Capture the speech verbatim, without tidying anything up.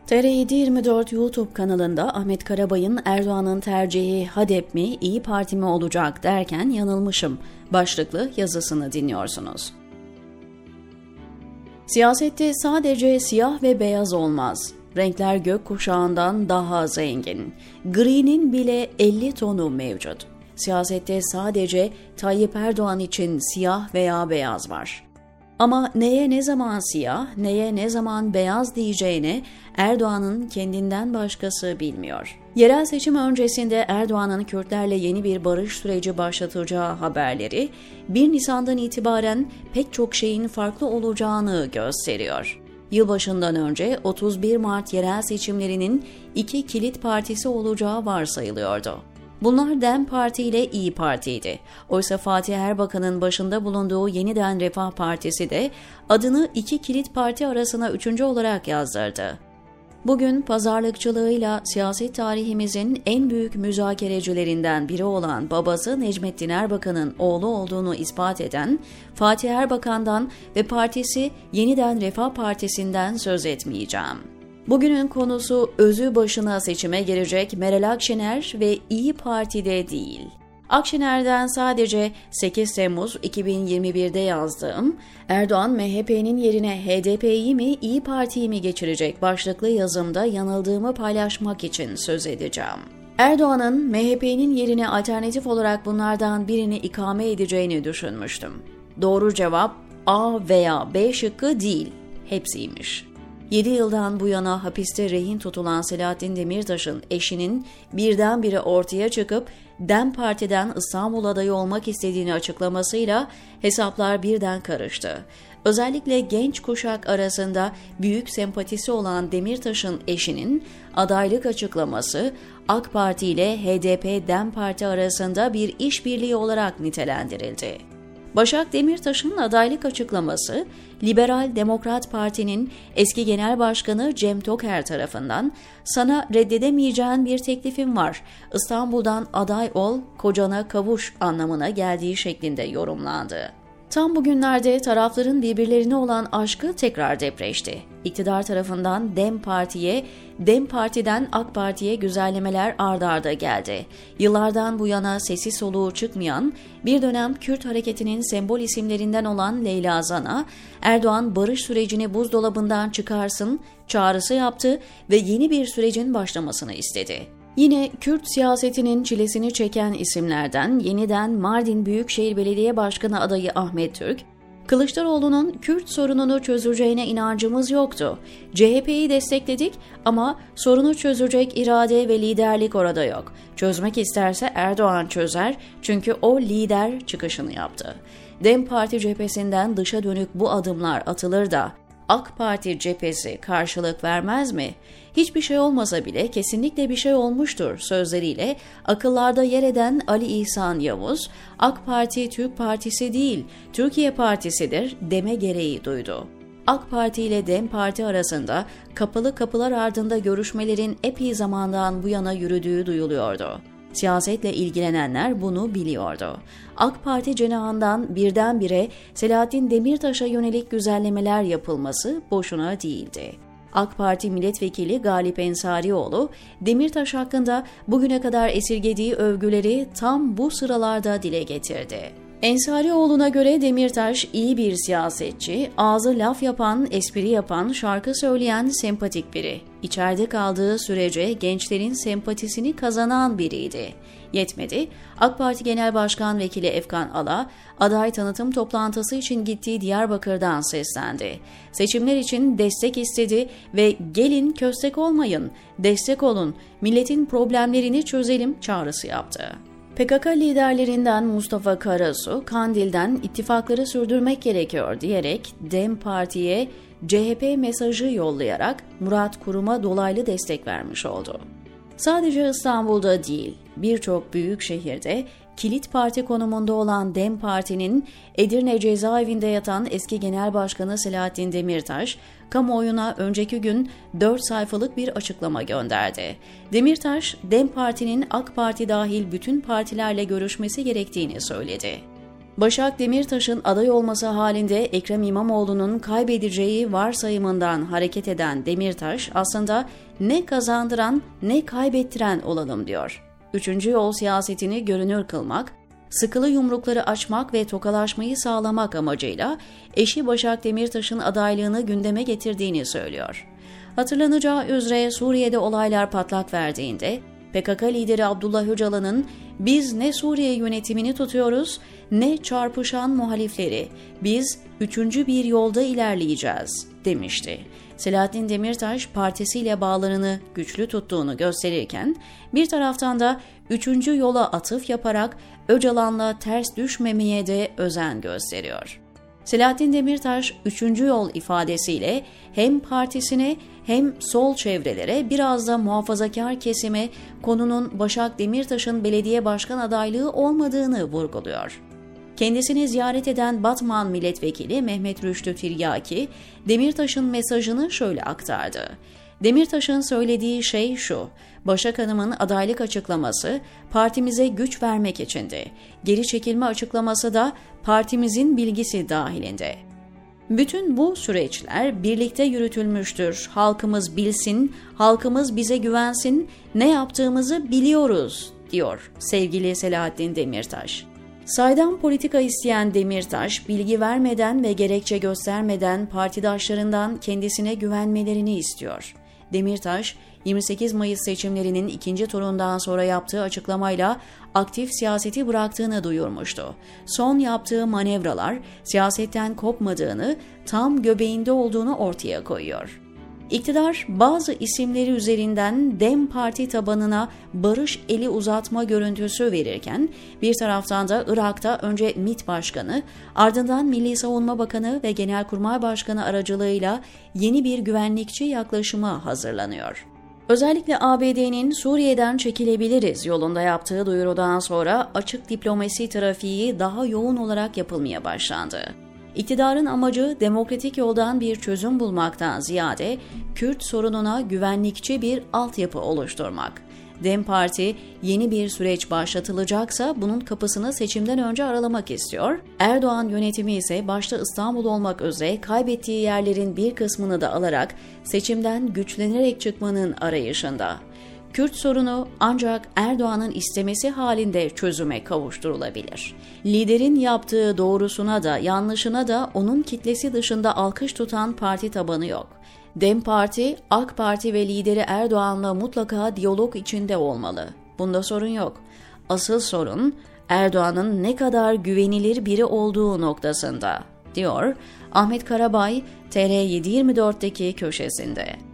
T R yedi yirmi dört YouTube kanalında Ahmet Karabay'ın Erdoğan'ın tercihi HADEP mi, İyi Parti mi olacak derken yanılmışım başlıklı yazısını dinliyorsunuz. Siyasette sadece siyah ve beyaz olmaz. Renkler gökkuşağından daha zengin. Gri'nin bile elli tonu mevcut. Siyasette sadece Tayyip Erdoğan için siyah veya beyaz var. Ama neye ne zaman siyah, neye ne zaman beyaz diyeceğini Erdoğan'ın kendinden başkası bilmiyor. Yerel seçim öncesinde Erdoğan'ın Kürtlerle yeni bir barış süreci başlatacağı haberleri bir Nisan'dan itibaren pek çok şeyin farklı olacağını gösteriyor. Yılbaşından önce otuz bir Mart yerel seçimlerinin iki kilit partisi olacağı varsayılıyordu. Bunlar DEM Parti ile İyi Parti'ydi. Oysa Fatih Erbakan'ın başında bulunduğu Yeniden Refah Partisi de adını iki kilit parti arasına üçüncü olarak yazdırdı. Bugün pazarlıkçılığıyla siyasi tarihimizin en büyük müzakerecilerinden biri olan babası Necmettin Erbakan'ın oğlu olduğunu ispat eden Fatih Erbakan'dan ve partisi Yeniden Refah Partisi'nden söz etmeyeceğim. Bugünün konusu özü başına seçime girecek Meral Akşener ve İyi Parti'de değil. Akşener'den sadece sekiz Temmuz iki bin yirmi bir'de yazdığım Erdoğan M H P'nin yerine H D P'yi mi İyi Parti'yi mi geçirecek başlıklı yazımda yanıldığımı paylaşmak için söz edeceğim. Erdoğan'ın M H P'nin yerine alternatif olarak bunlardan birini ikame edeceğini düşünmüştüm. Doğru cevap A veya B şıkkı değil, hepsiymiş. yedi yıldan bu yana hapiste rehin tutulan Selahattin Demirtaş'ın eşinin birdenbire ortaya çıkıp DEM Parti'den İstanbul adayı olmak istediğini açıklamasıyla hesaplar birden karıştı. Özellikle genç kuşak arasında büyük sempatisi olan Demirtaş'ın eşinin adaylık açıklaması AK Parti ile H D P-DEM Parti arasında bir işbirliği olarak nitelendirildi. Başak Demirtaş'ın adaylık açıklaması, Liberal Demokrat Parti'nin eski genel başkanı Cem Toker tarafından "Sana reddedemeyeceğin bir teklifim var, İstanbul'dan aday ol, kocana kavuş" anlamına geldiği şeklinde yorumlandı. Tam bugünlerde tarafların birbirlerine olan aşkı tekrar depreşti. İktidar tarafından DEM Parti'ye, DEM Parti'den AK Parti'ye güzellemeler ard arda geldi. Yıllardan bu yana sesi soluğu çıkmayan, bir dönem Kürt hareketinin sembol isimlerinden olan Leyla Zana, Erdoğan barış sürecini buzdolabından çıkarsın çağrısı yaptı ve yeni bir sürecin başlamasını istedi. Yine Kürt siyasetinin çilesini çeken isimlerden yeniden Mardin Büyükşehir Belediye Başkanı adayı Ahmet Türk, "Kılıçdaroğlu'nun Kürt sorununu çözeceğine inancımız yoktu. C H P'yi destekledik ama sorunu çözecek irade ve liderlik orada yok. Çözmek isterse Erdoğan çözer çünkü o lider" çıkışını yaptı. DEM Parti cephesinden dışa dönük bu adımlar atılır da AK Parti cephesi karşılık vermez mi? Hiçbir şey olmasa bile kesinlikle bir şey olmuştur sözleriyle akıllarda yer eden Ali İhsan Yavuz, AK Parti Türk Partisi değil, Türkiye Partisidir deme gereği duydu. AK Parti ile DEM Parti arasında kapalı kapılar ardında görüşmelerin epey zamandan bu yana yürüdüğü duyuluyordu. Siyasetle ilgilenenler bunu biliyordu. AK Parti cenahından birdenbire Selahattin Demirtaş'a yönelik güzellemeler yapılması boşuna değildi. AK Parti Milletvekili Galip Ensarioğlu, Demirtaş hakkında bugüne kadar esirgediği övgüleri tam bu sıralarda dile getirdi. Ensarioğlu'na göre Demirtaş iyi bir siyasetçi, ağzı laf yapan, espri yapan, şarkı söyleyen sempatik biri. İçeride kaldığı sürece gençlerin sempatisini kazanan biriydi. Yetmedi, AK Parti Genel Başkan Vekili Efkan Ala, aday tanıtım toplantısı için gittiği Diyarbakır'dan seslendi. Seçimler için destek istedi ve "Gelin köstek olmayın, destek olun, milletin problemlerini çözelim" çağrısı yaptı. P K K liderlerinden Mustafa Karasu, Kandil'den ittifakları sürdürmek gerekiyor diyerek DEM Parti'ye C H P mesajı yollayarak Murat Kurum'a dolaylı destek vermiş oldu. Sadece İstanbul'da değil, birçok büyük şehirde kilit parti konumunda olan DEM Parti'nin Edirne cezaevinde yatan eski Genel Başkanı Selahattin Demirtaş, kamuoyuna önceki gün dört sayfalık bir açıklama gönderdi. Demirtaş, DEM Parti'nin AK Parti dahil bütün partilerle görüşmesi gerektiğini söyledi. Başak Demirtaş'ın aday olması halinde Ekrem İmamoğlu'nun kaybedeceği varsayımından hareket eden Demirtaş aslında ne kazandıran ne kaybettiren olalım diyor. Üçüncü yol siyasetini görünür kılmak, sıkılı yumrukları açmak ve tokalaşmayı sağlamak amacıyla eşi Başak Demirtaş'ın adaylığını gündeme getirdiğini söylüyor. Hatırlanacağı üzere Suriye'de olaylar patlak verdiğinde P K K lideri Abdullah Öcalan'ın "Biz ne Suriye yönetimini tutuyoruz ne çarpışan muhalifleri, biz üçüncü bir yolda ilerleyeceğiz" demişti. Selahattin Demirtaş partisiyle bağlarını güçlü tuttuğunu gösterirken bir taraftan da üçüncü yola atıf yaparak Öcalan'la ters düşmemeye de özen gösteriyor. Selahattin Demirtaş, üçüncü yol ifadesiyle hem partisine hem sol çevrelere biraz da muhafazakar kesime konunun Başak Demirtaş'ın belediye başkan adaylığı olmadığını vurguluyor. Kendisini ziyaret eden Batman Milletvekili Mehmet Rüştü Tiryaki, Demirtaş'ın mesajını şöyle aktardı. Demirtaş'ın söylediği şey şu: Başak Hanım'ın adaylık açıklaması partimize güç vermek içindi. Geri çekilme açıklaması da partimizin bilgisi dahilinde. Bütün bu süreçler birlikte yürütülmüştür. Halkımız bilsin, halkımız bize güvensin, ne yaptığımızı biliyoruz, diyor sevgili Selahattin Demirtaş. Saydam politika isteyen Demirtaş, bilgi vermeden ve gerekçe göstermeden partidaşlarından kendisine güvenmelerini istiyor. Demirtaş, yirmi sekiz Mayıs seçimlerinin ikinci turundan sonra yaptığı açıklamayla aktif siyaseti bıraktığını duyurmuştu. Son yaptığı manevralar siyasetten kopmadığını, tam göbeğinde olduğunu ortaya koyuyor. İktidar bazı isimleri üzerinden DEM Parti tabanına barış eli uzatma görüntüsü verirken bir taraftan da Irak'ta önce MİT Başkanı, ardından Milli Savunma Bakanı ve Genelkurmay Başkanı aracılığıyla yeni bir güvenlikçi yaklaşıma hazırlanıyor. Özellikle A B D'nin Suriye'den çekilebiliriz yolunda yaptığı duyurudan sonra açık diplomasi trafiği daha yoğun olarak yapılmaya başlandı. İktidarın amacı demokratik yoldan bir çözüm bulmaktan ziyade Kürt sorununa güvenlikçi bir altyapı oluşturmak. DEM Parti yeni bir süreç başlatılacaksa bunun kapısını seçimden önce aralamak istiyor. Erdoğan yönetimi ise başta İstanbul olmak üzere kaybettiği yerlerin bir kısmını da alarak seçimden güçlenerek çıkmanın arayışında. Kürt sorunu ancak Erdoğan'ın istemesi halinde çözüme kavuşturulabilir. Liderin yaptığı doğrusuna da yanlışına da onun kitlesi dışında alkış tutan parti tabanı yok. DEM Parti, AK Parti ve lideri Erdoğan'la mutlaka diyalog içinde olmalı. Bunda sorun yok. Asıl sorun Erdoğan'ın ne kadar güvenilir biri olduğu noktasında, diyor Ahmet Karabay T R yedi yirmi dört'teki köşesinde.